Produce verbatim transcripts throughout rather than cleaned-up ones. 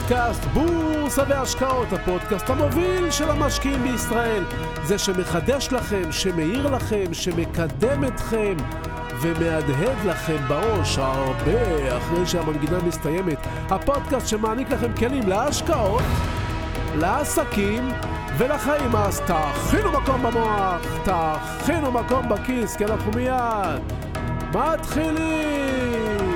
פודקאסט בורסה והשקעות, הפודקאסט המוביל של המשקיעים בישראל. זה שמחדש לכם, שמאיר לכם, שמקדם אתכם ומהדהד לכם בראש הרבה אחרי שהמנגינה מסתיימת. הפודקאסט שמעניק לכם כלים להשקעות, לעסקים ולחיים. אז תכינו מקום במוח, תכינו מקום בכיס, כי אנחנו מיד מתחילים.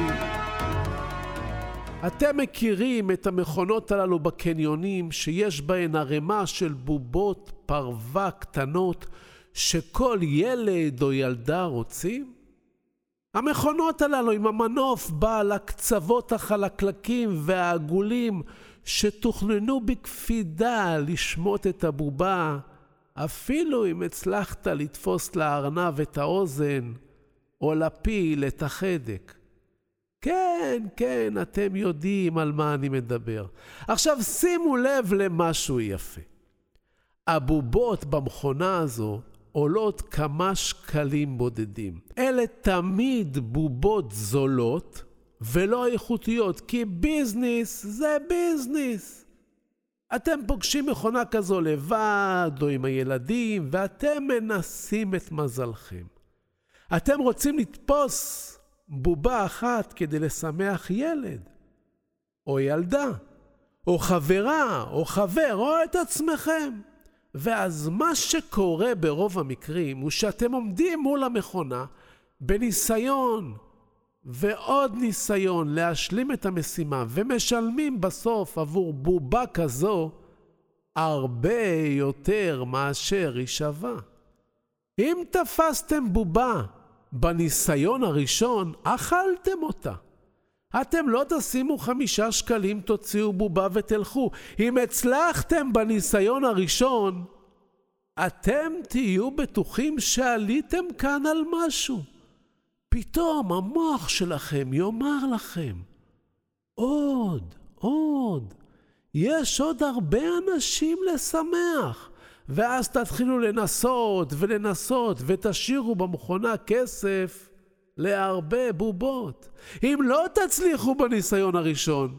אתם מכירים את המכונות הללו בקניונים שיש בהן ערימה של בובות פרווה קטנות שכל ילד או ילדה רוצים? המכונות הללו עם המנוף בעל הקצוות החלקלקים והעגולים שתוכננו בקפידה לשמוט את הבובה, אפילו אם הצלחת לתפוס לארנב את האוזן או לפיל את החדק. כן, כן, אתם יודעים על מה אני מדבר. עכשיו שימו לב למשהו יפה. הבובות במכונה הזו עולות כמה שקלים בודדים. אלה תמיד בובות זולות ולא איכותיות, כי ביזנס זה ביזנס. אתם פוגשים מכונה כזו לבד או עם הילדים ואתם מנסים את מזלכם. אתם רוצים לתפוס בובה אחת כדי לשמח ילד, או ילדה, או חברה, או חבר, או את עצמכם. ואז מה שקורה ברוב המקרים הוא שאתם עומדים מול המכונה בניסיון ועוד ניסיון להשלים את המשימה, ומשלמים בסוף עבור בובה כזו הרבה יותר מאשר היא שווה. אם תפסתם בובה בניסיון הראשון, אכלתם אותה. אתם לא תשימו חמישה שקלים, תוציאו בובה ותלכו. אם הצלחתם בניסיון הראשון, אתם תהיו בטוחים שעליתם כאן על משהו. פתאום המוח שלכם יאמר לכם, עוד, עוד, יש עוד הרבה אנשים לשמח. ואז תתחילו לנסות ולנסות ותשאירו במכונה כסף להרבה בובות. אם לא תצליחו בניסיון הראשון,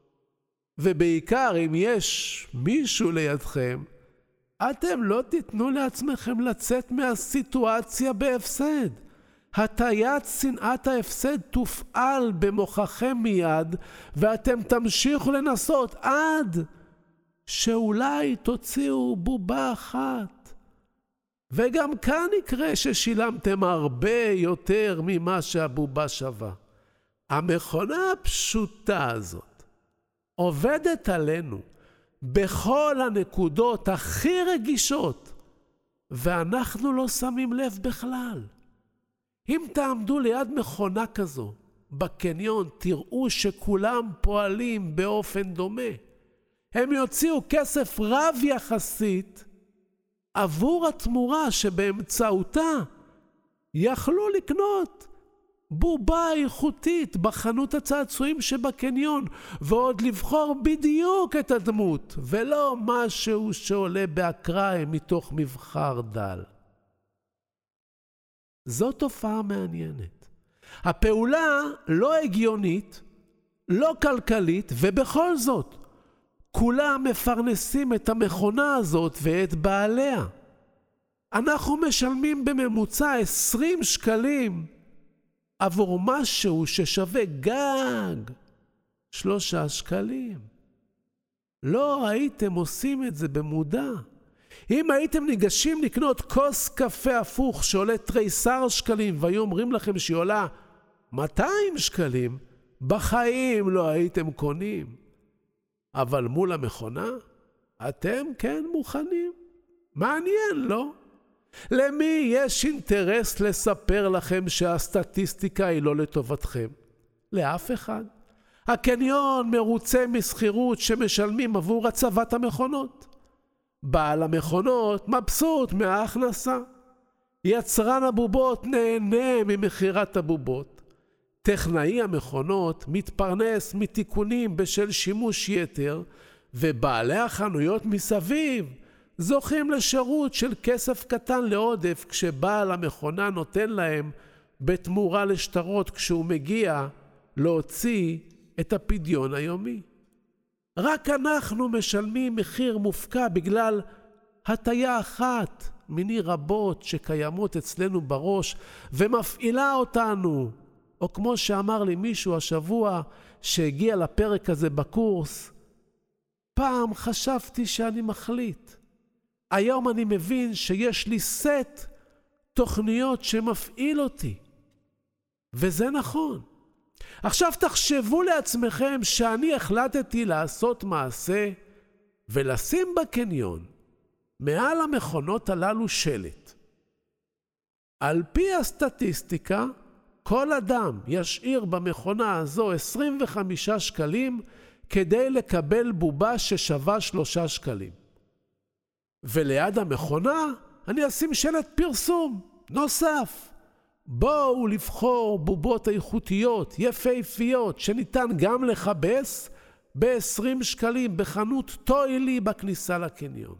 ובעיקר אם יש מישהו לידכם, אתם לא תיתנו לעצמכם לצאת מהסיטואציה בהפסד. הטיית שנאת ההפסד תופעל במוחכם מיד, ואתם תמשיכו לנסות עד שאולי תוציאו בובה אחת. וגם כאן יקרה ששילמתם הרבה יותר ממה שהבובה שווה. המכונה הפשוטה הזאת עובדת עלינו בכל הנקודות הכי רגישות, ואנחנו לא שמים לב בכלל. אם תעמדו ליד מכונה כזו בקניון, תראו שכולם פועלים באופן דומה. הם יוציאו כסף רב יחסית עבור התמורה שבאמצעותה יכלו לקנות בובה איכותית בחנות הצעצועים שבקניון, ועוד לבחור בדיוק את הדמות, ולא משהו שעולה באקראי מתוך מבחר דל. זו תופעה מעניינת. הפעולה לא הגיונית, לא כלכלית, ובכל זאת כולם מפרנסים את המכונה הזאת ואת בעליה. אנחנו משלמים בממוצע עשרים שקלים עבור משהו ששווה גג שלושה שקלים. לא הייתם עושים את זה במודע. אם הייתם ניגשים לקנות כוס קפה הפוך שעולה תריסר שקלים והיו אומרים לכם שהיא עולה מאתיים שקלים, בחיים לא הייתם קונים. אבל מול המכונה, אתם כן מוכנים. מעניין, לא? למי יש אינטרס לספר לכם שהסטטיסטיקה היא לא לטובתכם? לאף אחד. הקניון מרוצה מסחירות שמשלמים עבור הצבת המכונות. בעל המכונות מבסוט מההכנסה. יצרן הבובות נהנה ממחירת הבובות. טכנאי המכונות מתפרנס מתיקונים בשל שימוש יתר, ובעלי החנויות מסביב זוכים לשירות של כסף קטן לעודף כשבעל המכונה נותן להם בתמורה לשטרות כשהוא מגיע להוציא את הפדיון היומי. רק אנחנו משלמים מחיר מופקע בגלל הטיה אחת מיני רבות שקיימות אצלנו בראש ומפעילה אותנו. או כמו שאמר לי מישהו השבוע שהגיע לפרק הזה בקורס, פעם חשבתי שאני מחליט. היום אני מבין שיש לי סט תוכניות שמפעיל אותי. וזה נכון. עכשיו תחשבו לעצמכם שאני החלטתי לעשות מעשה ולשים בקניון מעל המכונות הללו שלט. על פי הסטטיסטיקה, כל אדם ישאיר במכונה הזו עשרים וחמישה שקלים כדי לקבל בובה ששווה שלושה שקלים. וליד המכונה אני אשים שלט פרסום נוסף. בואו לבחור בובות איכותיות, יפהפיות, שניתן גם לחבס ב-עשרים שקלים בחנות טוילי בכניסה לקניון.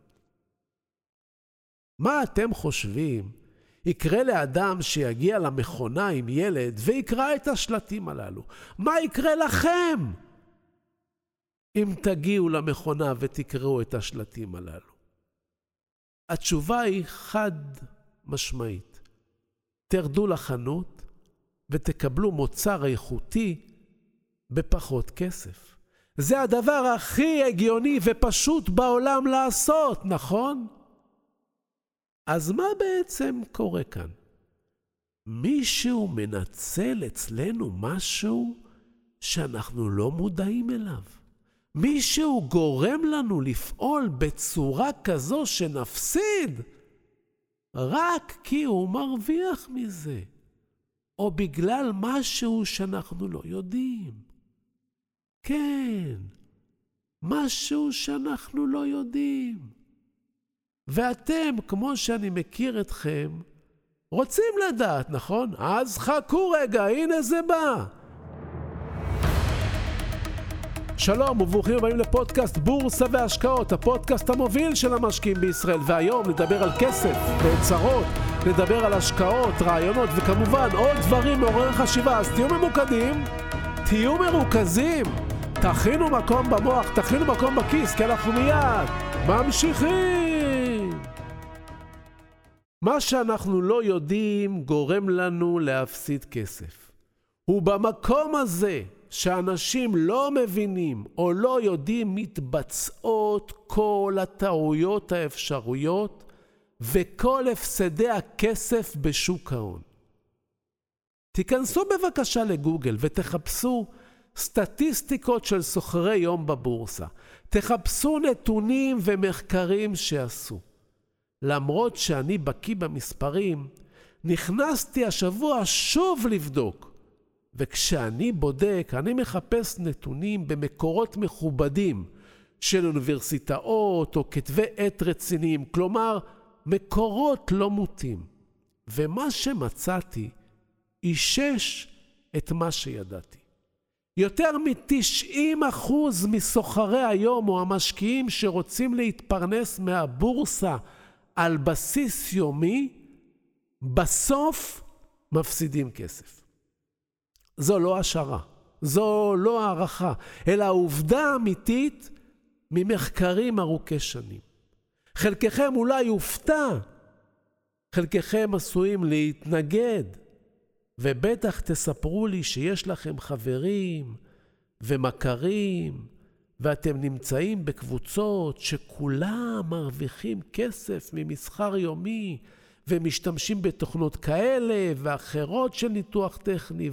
מה אתם חושבים יקרה לאדם שיגיע למכונה עם ילד ויקרא את השלטים הללו? מה יקרה לכם אם תגיעו למכונה ותקראו את השלטים הללו? התשובה היא חד משמעית. תרדו לחנות ותקבלו מוצר איכותי בפחות כסף. זה הדבר הכי הגיוני ופשוט בעולם לעשות, נכון? אז מה בעצם קורה כאן? מישהו מנצל אצלנו משהו שאנחנו לא מודעים אליו. מישהו גורם לנו לפעול בצורה כזו שנפסיד רק כי הוא מרוויח מזה, או בגלל משהו שאנחנו לא יודעים. כן, משהו שאנחנו לא יודעים. ואתם, כמו שאני מכיר אתכם, רוצים לדעת, נכון? אז חכו רגע, הנה זה בא. שלום וברוכים הבאים לפודקאסט בורסה והשקעות, הפודקאסט המוביל של המשקיעים בישראל. והיום נדבר על כסף ואוצרות, נדבר על השקעות, רעיונות וכמובן עוד דברים מעוררי חשיבה. אז תהיו ממוקדים, תהיו מרוכזים, תכינו מקום במוח, תכינו מקום בכיס, כי אנחנו מיד ממשיכים. מה שאנחנו לא יודעים גורם לנו להפסיד כסף. ובמקום הזה שאנשים לא מבינים או לא יודעים מתבצעות כל הטעויות האפשרויות וכל הפסדי הכסף בשוק ההון. תיכנסו בבקשה לגוגל ותחפשו סטטיסטיקות של סוחרי יום בבורסה. תחפשו נתונים ומחקרים שעשו. למרות שאני בקיא במספרים, נכנסתי השבוע שוב לבדוק. וכשאני בודק, אני מחפש נתונים במקורות מכובדים של אוניברסיטאות או כתבי עת רציניים, כלומר מקורות לא מוטים. ומה שמצאתי אישש את מה שידעתי. יותר מ-תשעים אחוז מסוחרי היום או המשקיעים שרוצים להתפרנס מהבורסה על בסיס יומי, בסוף מפסידים כסף. זו לא השערה, זו לא הערכה, אלא העובדה אמיתית ממחקרים ארוכי שנים. חלקכם אולי יופתע, חלקכם עשויים להתנגד, ובטח תספרו לי שיש לכם חברים ומכרים, ואתם נמצאים בקבוצות שכולם מרוויחים כסף ממסחר יומי, ומשתמשים בתוכנות כאלה ואחרות של ניתוח טכני,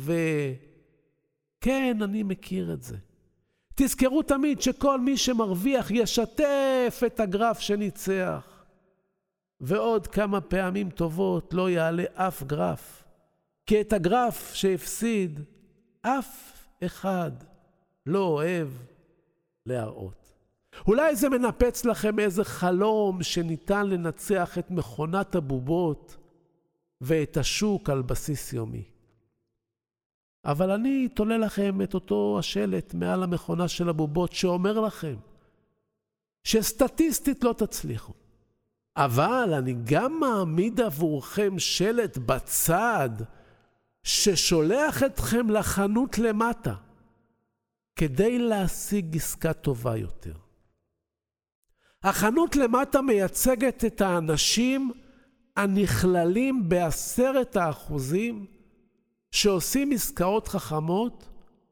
וכן, אני מכיר את זה. תזכרו תמיד שכל מי שמרוויח ישתף את הגרף שניצח, ועוד כמה פעמים טובות לא יעלה אף גרף, כי את הגרף שהפסיד אף אחד לא אוהב להראות. אולי זה מנפץ לכם איזה חלום שניתן לנצח את מכונת הבובות ואת השוק על בסיס יומי. אבל אני תולה לכם את אותו השלט מעל המכונה של הבובות שאומר לכם שסטטיסטית לא תצליחו. אבל אני גם מעמיד עבורכם שלט בצד ששולח אתכם לחנות למטה. כדי להשיג עסקה טובה יותר. החנות למטה מייצגת את האנשים הנכללים בעשרת האחוזים שעושים עסקאות חכמות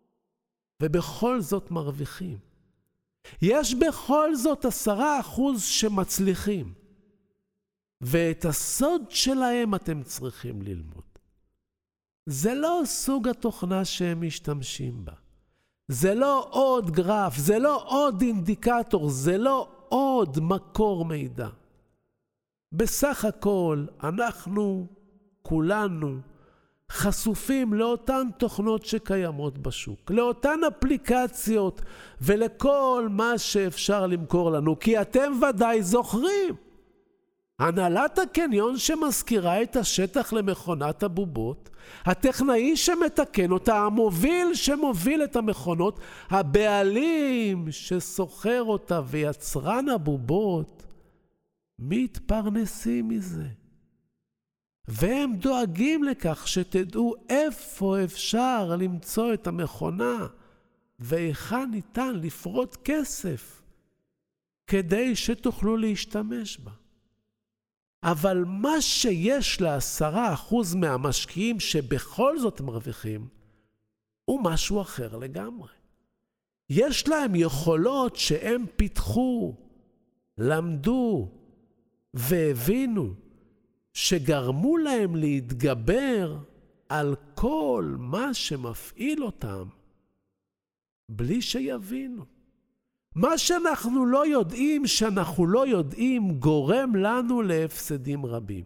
ובכל זאת מרוויחים. יש בכל זאת עשרה אחוז שמצליחים, ואת הסוד שלהם אתם צריכים ללמוד. זה לא סוג התוכנה שהם משתמשים בה. זה לא עוד גרף, זה לא עוד אינדיקטור, זה לא עוד מקור מידע. בסך הכל אנחנו כולנו חשופים לאותן תוכנות שקיימות בשוק, לאותן אפליקציות ולכל מה שאפשר למכור לנו, כי אתם ודאי זוכרים. הנהלת הקניון שמזכירה את השטח למכונת הבובות, הטכנאי שמתקן אותה, המוביל שמוביל את המכונות, הבעלים שסוחר אותה ויצרן הבובות, מתפרנסים מזה. והם דואגים לכך שתדעו איפה אפשר למצוא את המכונה ואיכן ניתן לפרוט כסף כדי שתוכלו להשתמש בה. אבל מה שיש לעשרה אחוז מהמשקיעים שבכל זאת מרוויחים, הוא משהו אחר לגמרי. יש להם יכולות שהם פיתחו, למדו והבינו, שגרמו להם להתגבר על כל מה שמפעיל אותם, בלי שיבינו. מה שאנחנו לא יודעים, שאנחנו לא יודעים, גורם לנו להפסדים רבים.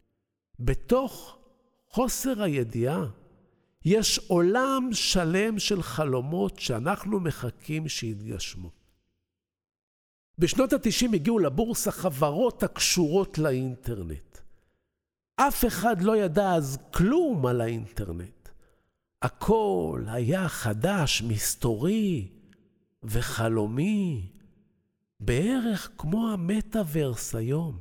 בתוך חוסר הידיעה, יש עולם שלם של חלומות שאנחנו מחכים שיתגשמו. בשנות ה-תשעים הגיעו לבורסה חברות הקשורות לאינטרנט. אף אחד לא ידע אז כלום על האינטרנט. הכל היה חדש, מסתורי וחלומי, בערך כמו המטאברס היום.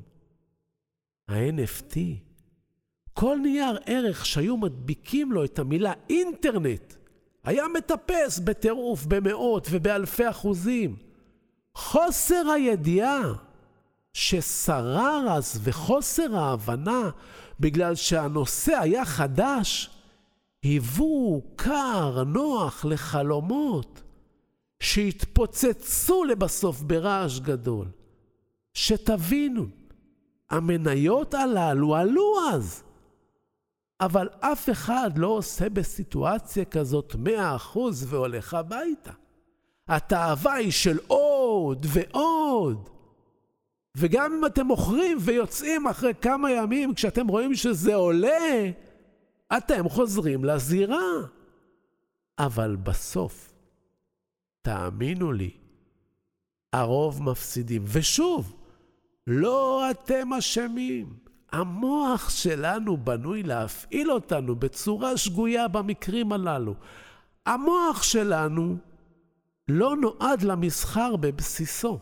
ה-אן אף טי. כל נייר ערך שהיו מדביקים לו את המילה אינטרנט, היה מטפס בטירוף במאות ובאלפי אחוזים. חוסר הידיעה ששרר אז וחוסר ההבנה, בגלל שהנושא היה חדש, היוו קר נוח לחלומות שהתפוצצו לבסוף ברעש גדול. שתבינו, המניות הללו עלו אז, אבל אף אחד לא עושה בסיטואציה כזאת מאה אחוז והולך הביתה. התאווה היא של עוד ועוד. וגם אם אתם מוכרים ויוצאים אחרי כמה ימים, כשאתם רואים שזה עולה, אתם חוזרים לזירה. אבל בסוף, תאמינו לי, הרוב מפסידים. ושוב, לא אתם אשמים. המוח שלנו בנוי להפעיל אותנו בצורה שגויה במקרים הללו. המוח שלנו לא נועד למסחר בבסיסו.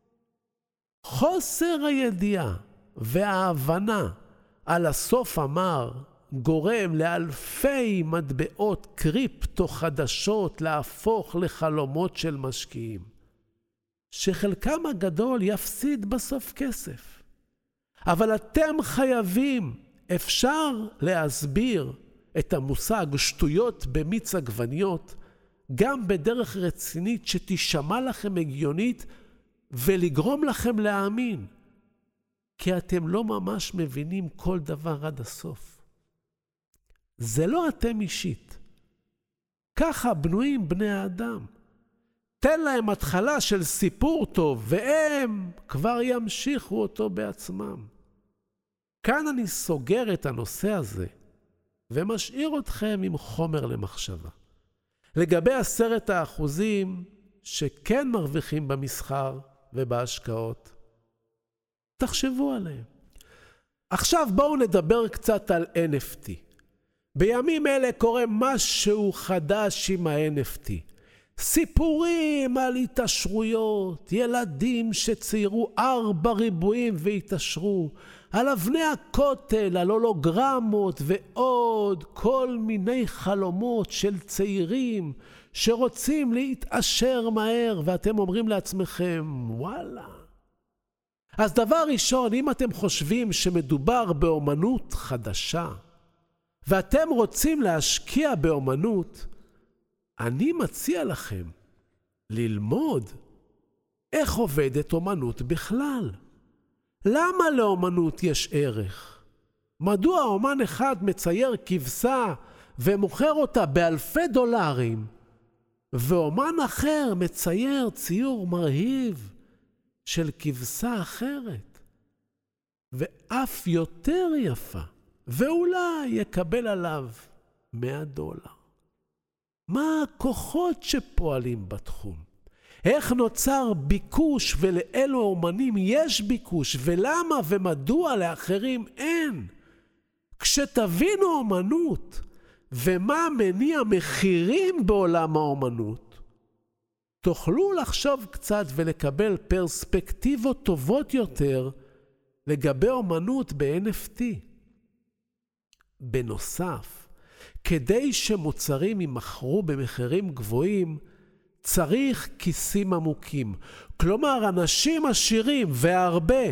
חוסר הידיעה וההבנה על הסוף אמר גורם לאלפי מטבעות קריפטו חדשות להפוך לחלומות של משקיעים, שחלקם הגדול יפסיד בסוף כסף. אבל אתם חייבים, אפשר להסביר את המושג שטויות במיץ עגבניות, גם בדרך רצינית שתשמע לכם הגיונית, ולגרום לכם להאמין, כי אתם לא ממש מבינים כל דבר עד הסוף. זה לא אתם אישית. ככה בנויים בני האדם. תן להם התחלה של סיפור טוב, והם כבר ימשיכו אותו בעצמם. כאן אני סוגר את הנושא הזה, ומשאיר אתכם עם חומר למחשבה. לגבי עשרת האחוזים שכן מרוויחים במסחר ובהשקעות, תחשבו עליהם. עכשיו בואו נדבר קצת על אן אף טי. בימים אלה קורה משהו חדש עם ה-אן אף טי. סיפורים על התעשרויות, ילדים שציירו ארבע ריבועים והתעשרו, על אבני הכותל, על הולוגרמות ועוד כל מיני חלומות של צעירים שרוצים להתעשר מהר, ואתם אומרים לעצמכם, וואלה. אז דבר ראשון, אם אתם חושבים שמדובר באומנות חדשה, ואתם רוצים להשקיע באומנות, אני מציע לכם ללמוד איך עובדת אומנות בכלל. למה לאומנות יש ערך? מדוע אומן אחד מצייר כבשה ומוכר אותה באלפי דולרים, ואומן אחר מצייר ציור מרהיב של כבשה אחרת, ואף יותר יפה, ואולי יקבל עליו מאה דולר? מה הכוחות שפועלים בתחום? איך נוצר ביקוש ולאלו האומנים יש ביקוש, ולמה ומדוע לאחרים אין? כשתבינו אומנות ומה מניע מחירים בעולם האומנות, תוכלו לחשוב קצת ולקבל פרספקטיבות טובות יותר לגבי אומנות ב-אן אף טי. בנוסף, כדי שמוצרים ימכרו במחירים גבוהים, צריך כיסים עמוקים. כלומר, אנשים עשירים והרבה.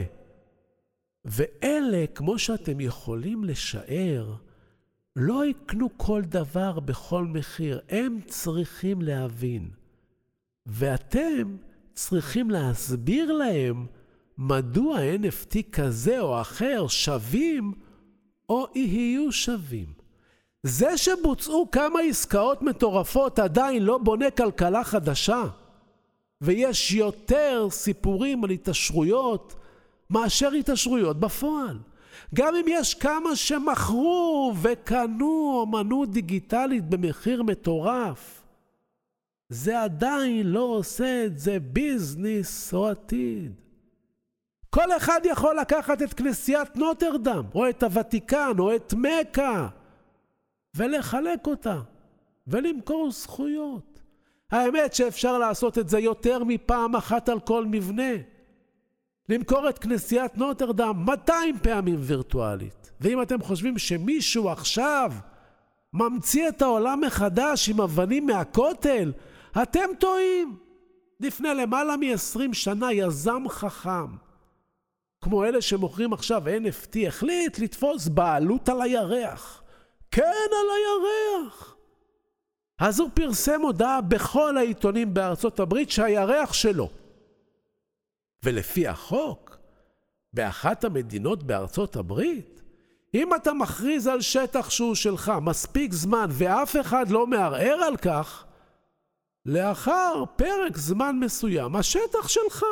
ואלה, כמו שאתם יכולים לשער, לא יקנו כל דבר בכל מחיר. הם צריכים להבין. ואתם צריכים להסביר להם מדוע אן אף טי כזה או אחר שווים או יהיו שווים. זה שבוצעו כמה עסקאות מטורפות עדיין לא בונה כלכלה חדשה, ויש יותר סיפורים על התעשרויות מאשר התעשרויות בפועל. גם אם יש כמה שמכרו וקנו אומנות דיגיטלית במחיר מטורף, זה עדיין לא עושה את זה ביזנס או עתיד. כל אחד יכול לקחת את כנסיית נוטרדם, או את הוותיקן, או את מקה, ולחלק אותה, ולמכור זכויות. האמת שאפשר לעשות את זה יותר מפעם אחת על כל מבנה. למכור את כנסיית נוטרדם מאתיים פעמים וירטואלית. ואם אתם חושבים שמישהו עכשיו ממציא את העולם מחדש עם אבנים מהכותל, אתם טועים. לפני למעלה מ-עשרים שנה יזם חכם, כמו אלה שמוכרים עכשיו אן אף טי, החליט לתפוס בעלות על הירח. כן, על הירח. אז הוא פרסם הודעה בכל העיתונים בארצות הברית שהירח שלו. ולפי החוק, באחת המדינות בארצות הברית, אם אתה מכריז על שטח שהוא שלך מספיק זמן ואף אחד לא מערער על כך, לאחר פרק זמן מסוים, השטח שלך.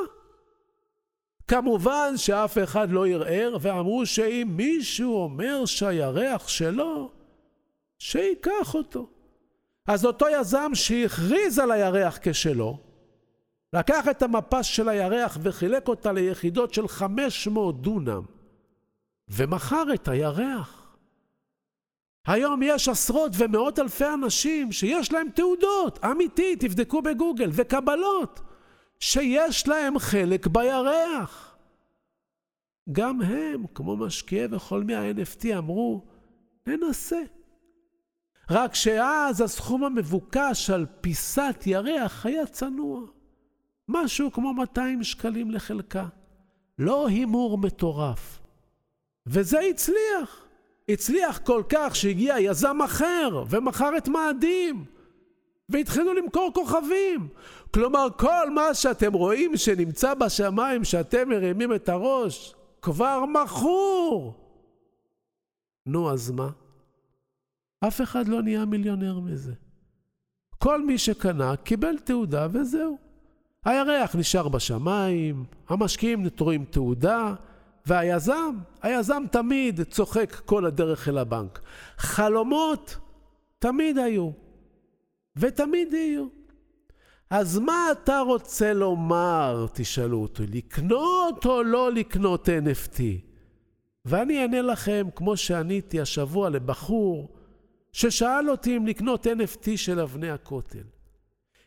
כמובן שאף אחד לא ערער, ואמרו שאם מישהו אומר שהירח שלו, שיקח אותו. אז אותו יזם שהכריז על הירח כשלו, לקח את המפה של הירח וחילק אותה ליחידות של חמש מאות דונם, ומכר את הירח. היום יש עשרות ומאות אלפי אנשים שיש להם תעודות, אמיתי, תבדקו בגוגל, וקבלות, שיש להם חלק בירח. גם הם, כמו משקיעי וכל מה-אן אף טי, אמרו, ננסה. רק שאז הסכום המבוקש על פיסת ירח היה צנוע. משהו כמו מאתיים שקלים לחלקה. לא הימור מטורף. וזה הצליח. הצליח כל כך שהגיע יזם אחר ומכר את מאדים. והתחילו למכור כוכבים. כלומר, כל מה שאתם רואים שנמצא בשמיים, שאתם מרימים את הראש, כבר מכור. נו, אז מה? אף אחד לא נהיה מיליונר מזה. כל מי שקנה קיבל תעודה וזהו. הירח נשאר בשמיים, המשקיעים נותרים תעודה, והיזם, היזם תמיד צוחק כל הדרך אל הבנק. חלומות תמיד היו, ותמיד יהיו. אז מה אתה רוצה לומר, תשאלו אותו, לקנות או לא לקנות אן אף טי? ואני אענה לכם כמו שעניתי השבוע לבחור, ששאל אותי אם לקנות אן אף טי של אבני הכותל.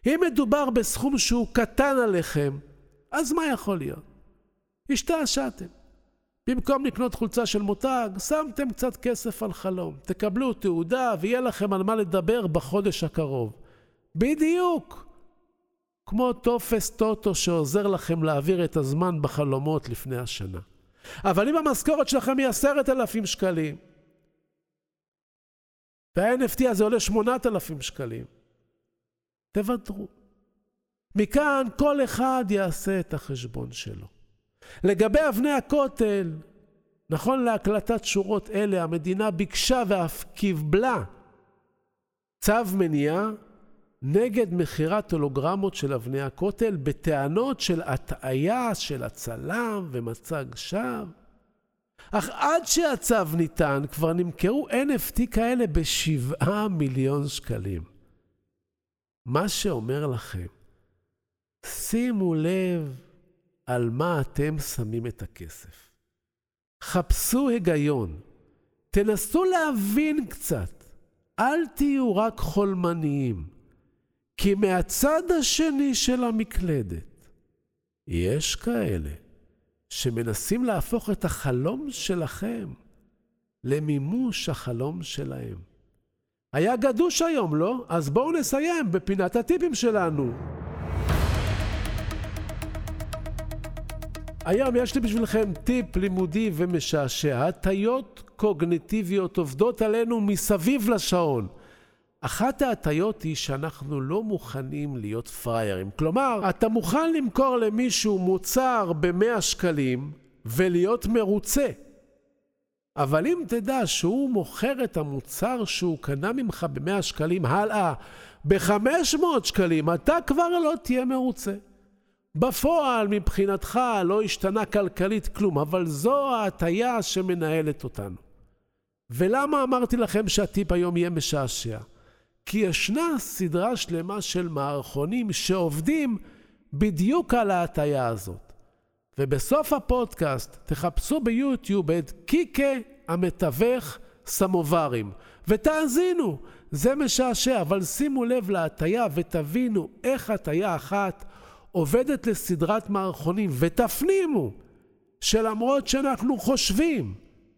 אם מדובר בסכום שהוא קטן עליכם, אז מה יכול להיות? השתעשעתם. במקום לקנות חולצה של מותג, שמתם קצת כסף על חלום. תקבלו תעודה ויהיה לכם על מה לדבר בחודש הקרוב. בדיוק. כמו טופס טוטו שעוזר לכם להעביר את הזמן בחלומות לפני השנה. אבל אם המשכורת שלכם היא עשרת אלפים שקלים, וה-אן אף טי הזה עולה שמונת אלפים שקלים, תוותרו. מכאן כל אחד יעשה את החשבון שלו. לגבי אבני הכותל, נכון להקלטת שורות אלה, המדינה ביקשה ואף קיבלה צו מניעה נגד מחירת הולוגרמות של אבני הכותל בטענות של הטעיה של הצלם ומצג שווא. אך עד שהצו ניתן כבר נמכרו אן אף טי כאלה בשבעה מיליון שקלים. מה שאומר לכם, שימו לב על מה אתם שמים את הכסף. חפשו היגיון, תנסו להבין קצת, אל תהיו רק חולמניים, כי מהצד השני של המקלדת יש כאלה שמנסים להפוך את החלום שלכם למימוש החלום שלהם. היה גדוש היום, לא? אז בואו נסיים בפינת הטיפים שלנו. היום יש לי בשבילכם טיפ לימודי ומשעשע. הטיות קוגניטיביות עובדות עלינו מסביב לשעון. אחת ההטיות היא שאנחנו לא מוכנים להיות פריירים. כלומר, אתה מוכן למכור למישהו מוצר ב-מאה שקלים ולהיות מרוצה. אבל אם תדע שהוא מוכר את המוצר שהוא קנה ממך ב-מאה שקלים הלאה ב-חמש מאות שקלים, אתה כבר לא תהיה מרוצה. בפועל מבחינתך לא השתנה כלכלית כלום, אבל זו ההטיה שמנהלת אותנו. ולמה אמרתי לכם שהטיפ היום יהיה משעשע? כי ישנה סדרה שלמה של מערכונים שעובדים בדיוק על ההטיה הזאת. ובסוף הפודקאסט תחפשו ביוטיוב את קיקה המתווך סמוברים ותאזינו, זה משעשע, אבל שימו לב להטיה ותבינו איך הטיה אחת עובדת לסדרת מערכונים, ותפנימו שלמרות שאנחנו חושבים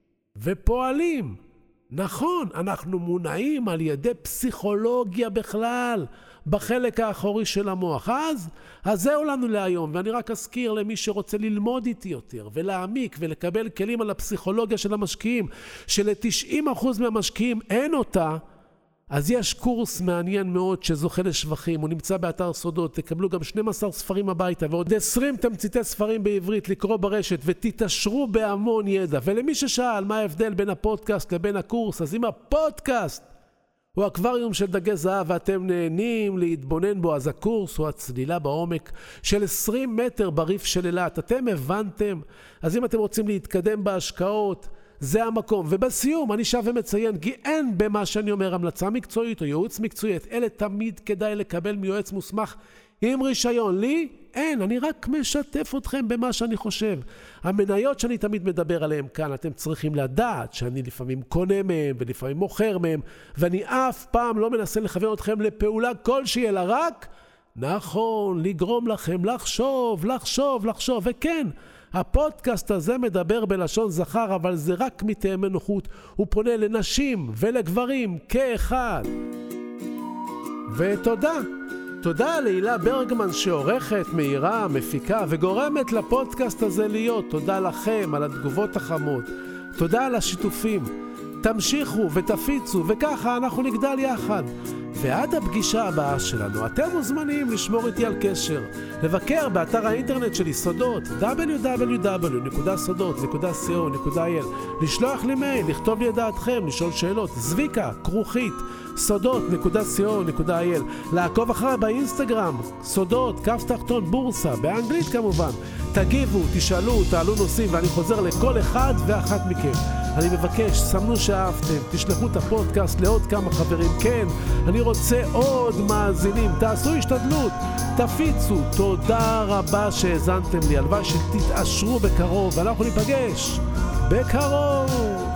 ופועלים, נכון, אנחנו מונעים על ידי פסיכולוגיה בכלל, בחלק האחורי של המוח. אז, אז זהו לנו להיום, ואני רק אזכיר למי שרוצה ללמוד איתי יותר, ולהעמיק ולקבל כלים על הפסיכולוגיה של המשקיעים, של-תשעים אחוז מהמשקיעים אין אותה, אז יש קורס מעניין מאוד שזוכה לשבחים, הוא נמצא באתר סודות, תקבלו גם שנים עשר ספרים הביתה, ועוד עשרים תמציתי ספרים בעברית לקרוא ברשת, ותתעשרו בהמון ידע. ולמי ששאל מה ההבדל בין הפודקאסט לבין הקורס, אז אם הפודקאסט הוא אקווריום של דגי זהב ואתם נהנים להתבונן בו, אז הקורס הוא הצלילה בעומק של עשרים מטר בריף של אילת. אתם הבנתם? אז אם אתם רוצים להתקדם בהשקעות, זה המקום. ובסיום אני שב ומציין, כי אין במה שאני אומר המלצה מקצועית או ייעוץ מקצועית, אלה תמיד כדאי לקבל מיועץ מוסמך עם רישיון. לי אין, אני רק משתף אתכם במה שאני חושב. המניות שאני תמיד מדבר עליהן כאן, אתם צריכים לדעת שאני לפעמים קונה מהם ולפעמים מוכר מהם, ואני אף פעם לא מנסה לכוון אתכם לפעולה כלשהי, אלא רק נכון, לגרום לכם לחשוב, לחשוב, לחשוב. וכן, הפודקאסט הזה מדבר בלשון זכר, אבל זה רק מטעמי נוחות. הוא פונה לנשים ולגברים כאחד. ותודה. תודה להילה ברגמן שעורכת, מהירה, מפיקה וגורמת לפודקאסט הזה להיות. תודה לכם על התגובות החמות. תודה על השיתופים. תמשיכו ותפיצו, וככה אנחנו נגדל יחד. ועד הפגישה הבאה שלנו, אתם מוזמנים לשמור איתי על קשר, לבקר באתר האינטרנט שלי סודות, דאבליו דאבליו דאבליו נקודה סודות נקודה סי או נקודה איי אל, לשלוח לי מייל, לכתוב לי את דעתכם, לשאול שאלות, זביקה, כרוכית, סודות נקודה סי או נקודה איי אל, לעקוב אחרי באינסטגרם, סודות, כף תחתון בורסה, באנגלית כמובן. תגיבו, תשאלו, תעלו נושאים, ואני חוזר לכל אחד ואחת מכם. אני מבקש, סמנו שאהבתם, תשלחו את הפודקאסט לעוד כמה חברים. כן, אני רוצה עוד מאזינים, תעשו השתדלות, תפיצו. תודה רבה שהזנתם לי, הלוואי שתתעשרו בקרוב, ואנחנו ניפגש בקרוב.